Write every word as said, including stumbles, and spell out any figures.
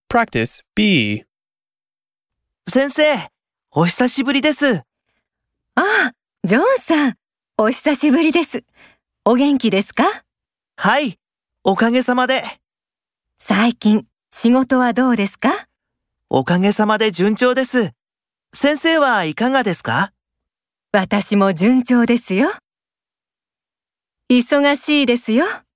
Practice B. 先生、お久しぶりです。 ああ、ジョンさん、お久しぶりです。お元気ですか？ はい、おかげさまで。 最近、仕事はどうですか？ おかげさまで順調です。先生はいかがですか？ 私も順調ですよ。忙しいですよ。